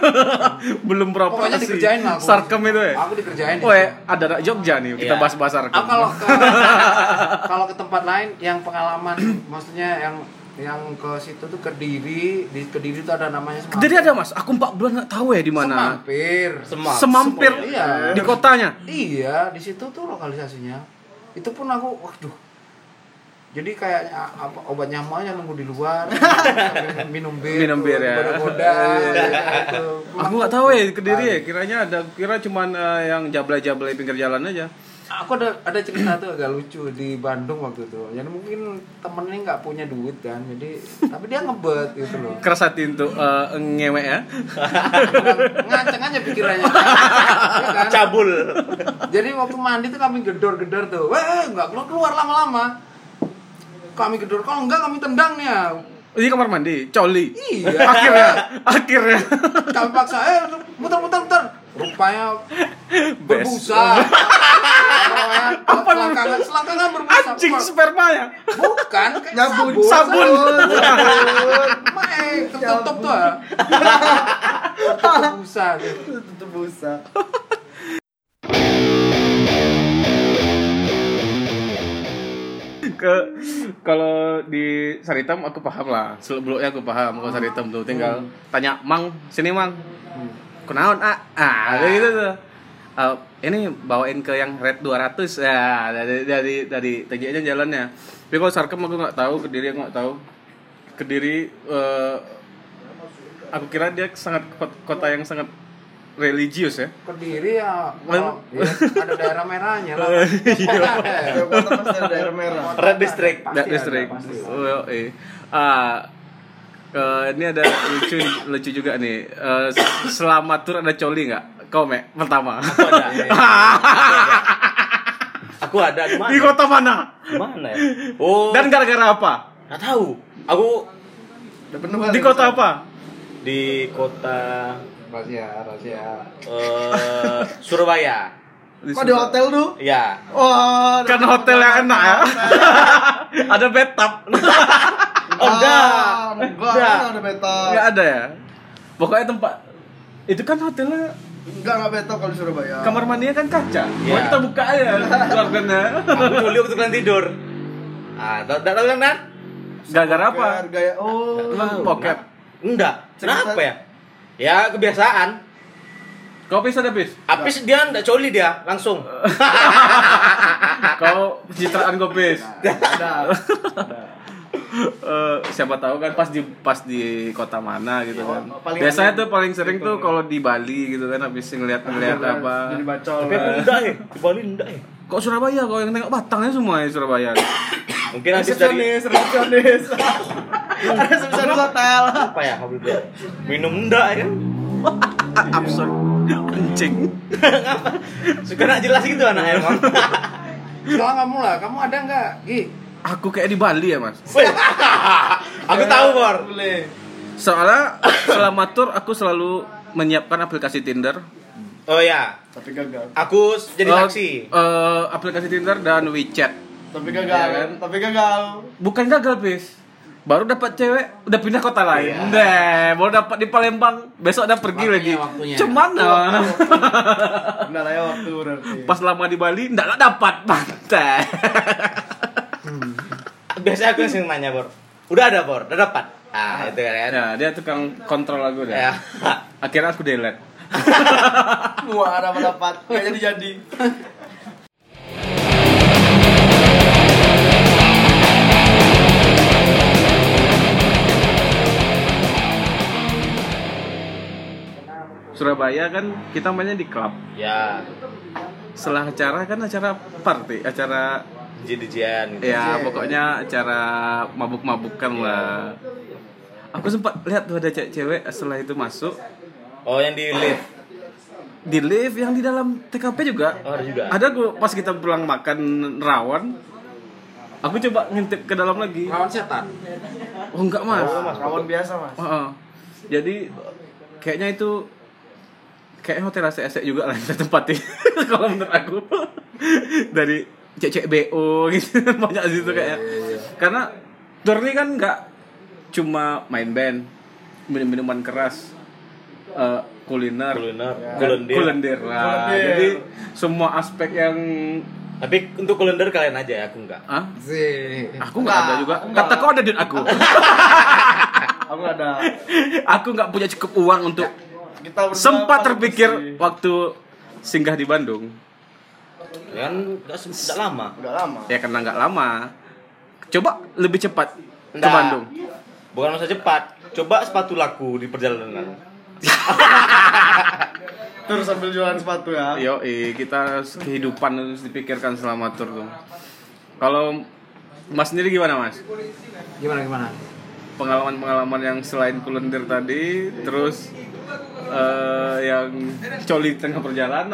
Belum berapa Pokoknya sih. dikerjain lah aku. Sarkem itu ya. Aku dikerjain. Oh ya, ada anak Jogja nih, kita Iya. bahas-bahas Sarkem. Aku kalau ke kalau ke tempat lain yang pengalaman maksudnya yang yang ke situ tuh Kediri, di Kediri tuh ada namanya Semampir. Kediri ada, Mas. Aku empat bulan nggak tahu ya di mana. Semampir. Semam. Semampir Iya. di kotanya. Iya, di situ tuh lokalisasinya. Itu pun aku, waduh, Jadi kayak apa obat nyamuknya nunggu di luar, minum bir, Minum bir ya. goda-goda, gitu. Aku nggak tahu ya Kediri ya, kiranya ada kira cuman uh, yang jablay-jablay pinggir jalan aja. Aku ada ada cerita tuh agak lucu di Bandung waktu itu. Jadi mungkin temennya nggak punya duit kan, jadi tapi dia ngebet gitu loh. Keras hati untuk uh, ngewek ya. Nganceng aja pikirannya. Ya kan? Cabul. Jadi waktu mandi tuh kami gedor-gedor tuh. Weh, nggak keluar-keluar lama-lama. Kami gedor, kalau enggak kami tendang nih ya. Di kamar mandi, coli. Iya. Akhirnya, akhirnya. Kami paksa, eh muter-muter-muter. Rupanya berbusa. Apa selangkangan, selangkangan berbusa. Anjing sperma ya. Bukan, kayak Nyabun. sabun. Sabun. Mae, tertutup tuh ya. Tertutup busa gitu. Tutup busa. Ke kalau di Saritem aku paham lah. Selebeluknya aku paham kalau Saritem tuh tinggal tanya, "Mang, sini Mang." Kunaon ah? Ah, kayak gitu tuh. Uh, ini bawain ke yang red dua ratus ya, dari dari dari T J aja jalannya. Tapi kalau Sarkem aku nggak tahu, Kediri aku nggak tahu. Kediri uh, aku kira dia sangat kota yang sangat religius ya. Kediri ya, oh, ya ada daerah merahnya lah. Setiap kota pasti ada daerah merah. Red District. Pasti Red ada, District. pasti. Oh, eh. Ah, uh, ini ada lucu lucu juga nih. Uh, selama tur ada coli nggak? Kau Mek, pertama. Aku ada. Aku ada di mana? Di kota mana? Mana ya? Oh. Dan gara-gara apa? Nggak tahu. Aku Udah penuh Di kota apa? di kota Rahasia, rahasia. eh Surabaya. Kok di hotel tuh? Iya. Wah, Kan hotel yang enak ya. Ada bathtub. Oh, enggak. Enggak, Enggak. ada beta. Enggak ada ya. Pokoknya tempat itu kan hotelnya Enggak, enggak beta kalau di Surabaya. kamar mandinya kan kaca. Iya. Wah, kita buka aja keluarganya. Aku culi waktu kalian tidur. Ah, tahu tahu kan, Dan? Gara-gara apa? Gaya, oh. Lu bokep. Enggak. Cerita- Kenapa ya? Ya kebiasaan. Kau bisa ada bis? Habis dia enggak coli dia, langsung. Kau pencitraan kau bis. Ada. Eh, siapa tahu kan pas di pas di kota mana gitu kan. Oh, paling Biasanya aneh. tuh paling sering tuh kalau di Bali gitu kan habis ngeliat-ngeliat apa. Jadi bacol. Tapi aku enggak ya. Di Bali enggak ya. Kok Surabaya kau yang tengok Batangnya semua ya Surabaya. Mungkin habis dari Resepsionis, resepsionis. Ada resepsionis hotel. apa ya? Habis dari minum enggak ya. Absurd. Anjing. Suka nak jelas gitu anaknya emang. Soal kamu lah, kamu ada nggak, Gi? Aku kayak di Bali ya, Mas. Weh. Aku tahu, Bor. Boleh. Soalnya selama tur aku selalu menyiapkan aplikasi Tinder. Oh ya, Tapi gagal. aku jadi Eh, saksi. eh, aplikasi Tinder dan WeChat. Tapi gagal. Iya kan? Tapi gagal. Bukan gagal, Pis. Baru dapat cewek, udah pindah kota lain. Deh, baru dapat di Palembang, besok udah pergi Waktunya, lagi. waktunya. Cuman nah, Enggak lah ya waktu berarti. pas lama di Bali enggak dapat pantai. Biasanya aku yang sering nanya, Bor. Udah ada, Bor. Udah dapat. Ah, itu kan. Ya, dia tukang kontrol aku deh. Ya. Akhirnya aku delete. Wah, dapat dapat. Enggak jadi jadi. Surabaya kan kita mainnya di klub. Ya, Setelah acara kan acara party, acara jijian gitu. ya pokoknya acara mabuk-mabukan lah. Aku sempat lihat tuh ada cewek setelah itu masuk Oh, yang di lift. di lift yang di dalam T K P juga. Oh, ada juga. Ada gua pas kita pulang makan rawon, aku coba ngintip ke dalam lagi. Lawan setan. Oh enggak mas. Rawon biasa, Mas. Heeh. Jadi kayaknya itu kayaknya hotel A C A C juga lah kita tempati kalau menurut aku. Dari C C B O gitu banyak situ kayak. Karena tour ini kan nggak cuma main band, minum-minuman keras, eh, kuliner, Kuliner, dan kulender. kulender. Nah, Kulender. jadi semua aspek yang Tapi untuk kulender kalian aja ya, aku enggak. ah, Sih. aku nggak ada juga. Aku nggak. Kata kau ada duit aku. Aku nggak ada. Aku nggak punya cukup uang untuk Kita berdua sempat paling terpikir bersih. waktu singgah di Bandung. Kan enggak enggak lama. Enggak lama. Ya karena nggak lama. Coba lebih cepat ke Nggak. Bandung. Bukan masa cepat. Coba sepatu laku di perjalanan. Terus sambil jualan sepatu ya. Yo, kita kehidupan harus dipikirkan selama tur tuh. Kalau Mas sendiri gimana, Mas? Gimana gimana? Pengalaman-pengalaman yang selain kulender tadi, terus eh, yang coli di tengah perjalanan.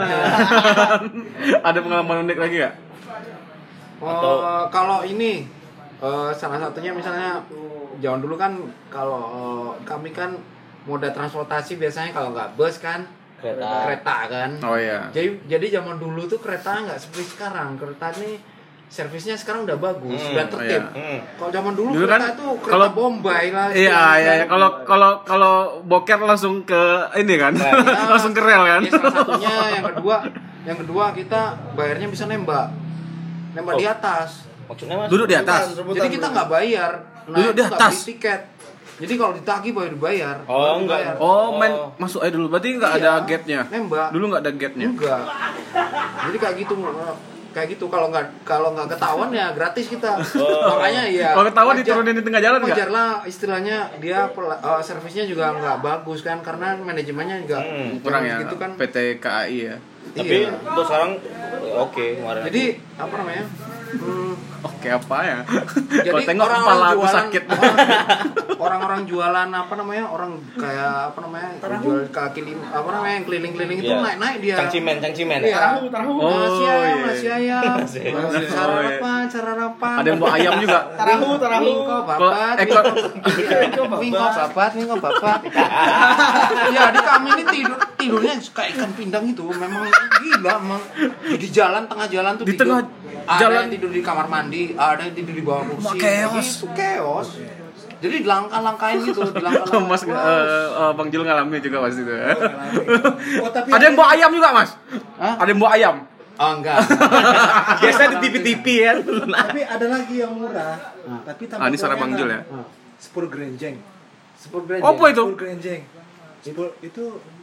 Ada pengalaman unik lagi nggak? Oh, Atau- kalau ini eh, salah satunya misalnya zaman dulu kan kalau eh, kami kan moda transportasi biasanya kalau nggak bus kan Kereta. kereta kan. Oh iya. Jadi jadi zaman dulu tuh kereta nggak seperti sekarang. Kereta ini servisnya sekarang udah bagus, Hmm, sudah tertib. iya. Hmm. Kalau zaman dulu, Dulu kereta kan tuh kereta kalau- Bombay lah. Iya, iya, iya. Kalau kalau kalau boker langsung ke ini kan. Nah, langsung ke rel kan. ya, salah satunya yang kedua, yang kedua kita bayarnya bisa nembak, nembak Oh. di atas. Maksudnya Mas? Duduk di atas. Rebutan, Jadi kita rebutan. nggak bayar, nah Duduk di itu nggak atas? beli tiket. Jadi kalau ditagih baru dibayar. Oh, baru enggak. dibayar. Oh, main masuk aja dulu. Berarti nggak ada Iya, gate-nya. nembak. Dulu nggak ada gate-nya. Enggak. Jadi kayak gitu, kayak gitu kalau nggak kalau nggak ketahuan ya gratis kita. Makanya ya. Kalau ketahuan wajar- diturunin di tengah jalan nggak? Wajar lah istilahnya dia pela- eh, servisnya juga nggak bagus kan karena manajemennya juga Hmm, Kurang ya. gitu kan. P T K A I ya. Tapi Iya. untuk sekarang oke kemarin. Jadi apa namanya? Hmm, Oke apa ya? jadi Kalau tengok orang-orang kepala aku jualan sakit. orang- orang-orang jualan apa namanya orang kayak apa namanya jual kaki lima apa namanya yang keliling-keliling itu Iya. naik-naik dia. Cangcimen, cangcimen. Iya. Tahu, tahu. Oh, Nasi ayam, iya. nasi ayam, cara Oh, iya. apa, cara apa. Ada yang bawa ayam juga. Tarahu, tarahu. Mingko babat, Kalau ekor- mingko mingko babat, mingko babat. Ya di kami ini tidur tidurnya kayak ikan pindang itu, memang gila emang. Di jalan tengah jalan tuh Di tidur. tengah Ada jalan. yang tidur di kamar mandi, ada yang tidur di bawah kursi. Chaos. Itu chaos. Jadi dilangkah-langkahin gitu, dilangkah-langkahin. Mas eh, eh, Bang Jul ngalami juga Mas itu. Oh, tapi Ada yang bawa ayam juga, Mas. Hah? Ada yang bawa ayam. Oh enggak. Biasa di T V-T V kan. tapi ada lagi yang murah. Tapi Ah, ini suara Bang Jul ya. Sepur Grenjeng. Sepur Grand Apa itu? Sepur Grenjeng. Sepur itu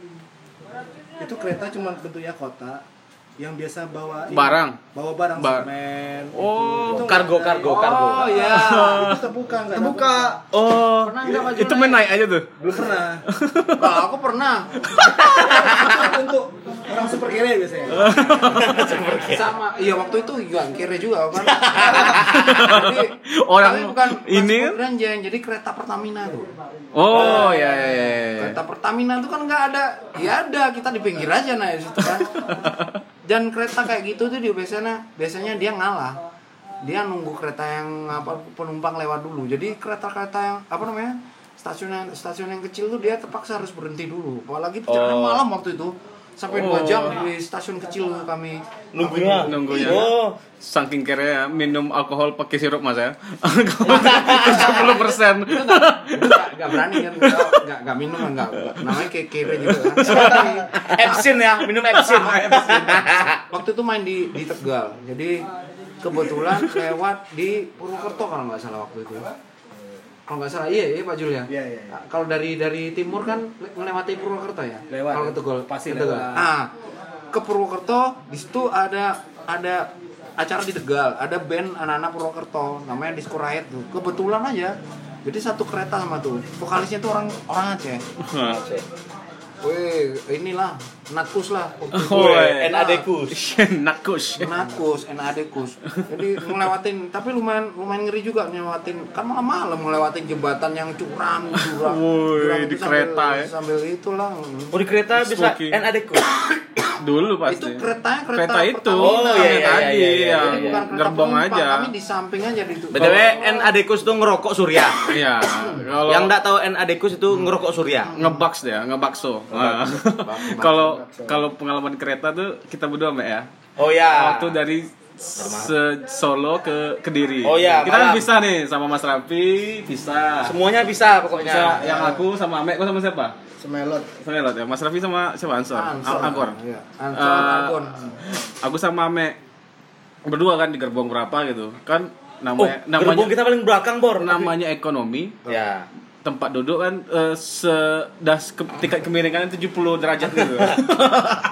itu kereta cuma bentuknya kotak yang biasa bawa ini, Barang. bawa barang Bar- semen. Oh, itu, Kargo, kargo, kargo. Oh iya. itu terbuka nggak? Terbuka. Oh. Pernah enggak Pak Itu Jul main naik aja tuh. Belum pernah. Kalau aku pernah. Itu untuk orang super kere biasanya. Sama iya waktu itu juga kere juga kan jadi Orang tapi bukan ini- bukan Granjeng, jadi kereta Pertamina tuh Oh, ya ya ya. ya. kereta Pertamina tuh kan nggak ada ya ada kita di pinggir aja nah di situ kan dan kereta kayak gitu tuh dia biasanya biasanya dia ngalah dia nunggu kereta yang apa penumpang lewat dulu jadi kereta-kereta yang apa namanya stasiun yang stasiun yang kecil tuh dia terpaksa harus berhenti dulu apalagi perjalanan Oh. malam waktu itu sampai dua jam di stasiun kecil kami Nunggunya. Nunggunya. Oh. Saking kere ya, minum alkohol pakai sirup Mas ya. Alkohol tujuh puluh persen. itu nggak nggak berani kan nggak nggak nggak minum kan nggak namanya kayak kere juga kan Tapi, Epsin ya, minum Epsin. waktu itu main di di Tegal jadi kebetulan lewat di Purwokerto kalau nggak salah waktu itu kalau nggak salah iya iya Pak Jul ya Iya, iya, iya. kalau dari dari timur kan melewati Purwokerto ya Lewat. kalau ke Tegal Pasti ke Tegal lewat. ah ke Purwokerto di situ ada ada acara di Tegal ada band anak-anak Purwokerto namanya Disco Riot tuh kebetulan aja jadi satu kereta sama tuh vokalisnya tuh orang orang Aceh Weh, inilah Natkus lah. Oh, N A D Kus. Nakus. Natkus, N A D Kus. Jadi ngelewatin, tapi lumayan lumayan ngeri juga ngelewatin. Kan malam-malam ngelewatin jembatan yang curam, curam. Woi, curam di itu kereta sambil, ya. Sambil itulah. Oh di kereta bisa Smoking. N A D Kus. Dulu pasti. Itu keretanya kereta, Kereta itu. Pertamina. Oh, iya, iya, tadi iya, iya, iya, yang Jadi bukan kereta gerbong penumpang, aja. Kami di samping aja di itu. B T W N A D Kus tuh ngerokok surya. Iya. Kalau Yang enggak tahu N A D Kus itu ngerokok surya. ngebaks dia, ngebakso. Nah. Kalau kalau pengalaman kereta tuh kita berdua Mbak ya. Oh ya. Waktu dari se- Solo ke Kediri. Oh, iya, Kita kan malam. bisa nih sama Mas Raffi, bisa. Semuanya bisa pokoknya. Bisa yang aku sama Amek, kau sama siapa? Semelot. Semelot ya. Mas Raffi sama siapa? Ansor. Ansor. Al- Angkor. Iya. Ansor, Eh, Argon. Aku sama Amek berdua kan di gerbong berapa gitu. Kan Oh, namanya gerbong namanya kita paling belakang, Bor. namanya ekonomi. Ya. Tempat duduk kan eh, sedas ke, tingkat kemiringannya tujuh puluh derajat gitu.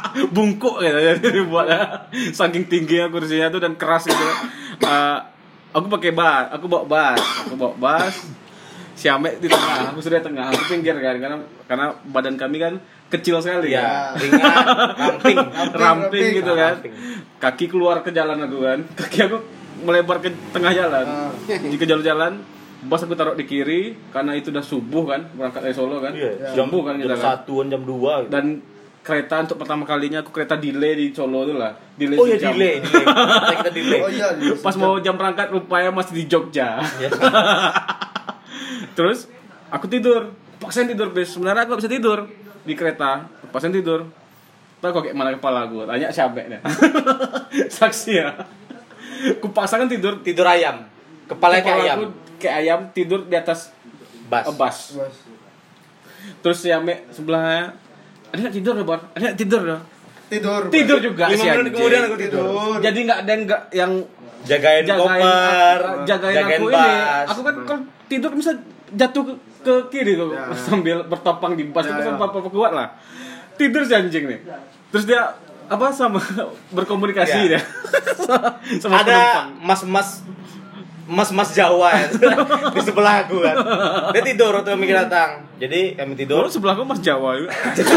Bungkuk gitu jadi dibuat saking tingginya kursinya tuh dan keras gitu. Eh, aku pakai bas, aku bawa bas, aku bawa bas. Si Ame di tengah, aku sudah di tengah, aku pinggir kan karena karena badan kami kan kecil sekali Ya, kan. ringan, ramping, Ramping gitu kan. Ramping. Kaki keluar ke jalan aku kan. Kaki aku melebar ke tengah jalan. Di ke jalur jalan, bas aku taruh di kiri karena itu udah subuh kan, berangkat dari Solo kan. Iya, Jam subuh kan kita jam kan. satuan, jam dua gitu. Dan kereta untuk pertama kalinya aku kereta delay di Solo itu lah. Delay Oh ya sejam. delay, delay. Kita kita delay. Oh iya, di- Pas mau jam berangkat rupanya masih di Jogja. Ya. Terus aku tidur, paksain tidur bis. Sebenarnya aku gak bisa tidur di kereta, paksain tidur. Tahu kok kayak mana kepala aku? Tanya siapa nih? Saksi ya. Aku paksakan tidur, Tidur ayam. Kepalanya kayak ayam. aku kayak ayam tidur di atas Bas. eh, bas. Bas. Terus si Ame sebelahnya, ada nggak tidur loh, Bar? Ada nggak tidur loh? Tidur. Tidur juga Lima si menit anjing. kemudian aku tidur. Tidur. Jadi nggak ada nggak yang Jagain, koper, jagain, jagain aku bas. ini. Aku kan kalau tidur bisa jatuh ke, ke kiri tuh Ya. sambil bertopang di bas Ya, itu kan ya. apa-apa kuat lah. Tidur si anjing nih. Terus dia apa sama berkomunikasi Ya. dia sama Ada penumpang. mas-mas mas-mas Jawa ya, di sebelah aku kan. Dia tidur waktu kami datang. Jadi kami tidur. Dulu sebelahku Mas Jawa juga.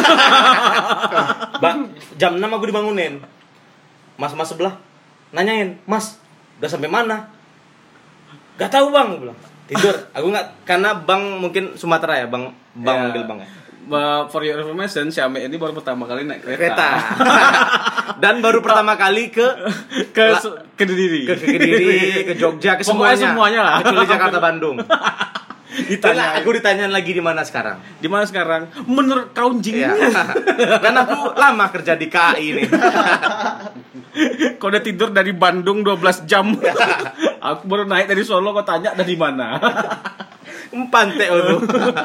Ba, jam enam aku dibangunin. Mas-mas sebelah nanyain, "Mas, udah sampai mana?" "Gak tahu, Bang," aku bilang. Tidur. Aku nggak, karena Bang mungkin Sumatera ya, Bang. Bang Ya. manggil Bang ya. But for your information, si Ame ini baru pertama kali naik kereta. Kereta. Dan baru pertama kali ke ke La- Su- ke Kediri. ke Kediri, ke Jogja, ke Pokoknya semuanya. semuanya lah. Kecuali Jakarta Bandung. Ditanya, Dan aku ditanyain lagi di mana sekarang. di mana sekarang? Menurut kau jing. Iya. Karena aku lama kerja di K A I ini. Kau udah tidur dari Bandung dua belas jam. Aku baru naik dari Solo, kau tanya dari mana? Empantek lu.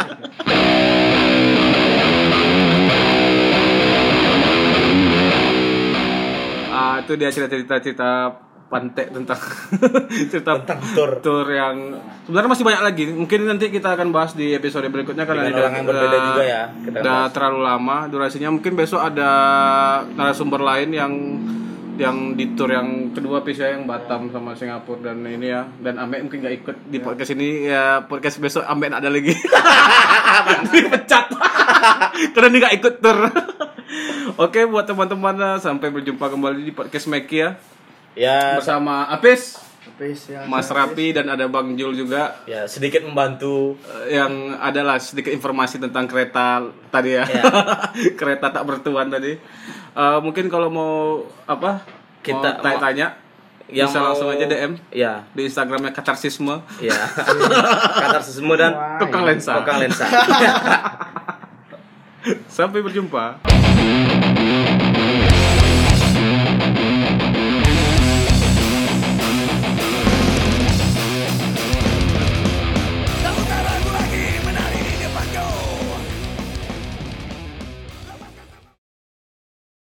Ah, itu dia cerita-cerita pantek tentang cerita Tentang tour. tour yang sebenarnya masih banyak lagi. Mungkin nanti kita akan bahas di episode berikutnya karena Dengan orang yang berbeda juga ya, kita Udah bahas. terlalu lama durasinya. Mungkin besok ada narasumber lain yang yang di tour yang kedua bisa yang Batam sama Singapura dan ini ya. Dan Ame mungkin nggak ikut di podcast ini ya. Podcast besok Ame nggak ada lagi. Dipecat. Karena dia nggak ikut tour. Oke, buat teman-teman, sampai berjumpa kembali di podcast Meki ya. Ya, Bersama Apis, Apis ya. Mas Rapi, dan ada Bang Jul juga. ya sedikit membantu. Eh, yang adalah sedikit informasi tentang kereta tadi ya. Ya. Kereta tak bertuan tadi. Eh, mungkin kalau mau apa? Kita Kita tanya-tanya Yang bisa mau- langsung aja D M Ya, di Instagramnya Katarsisme. ya. Katarsisme dan Tukang lensa. Tukang lensa. Sampai berjumpa.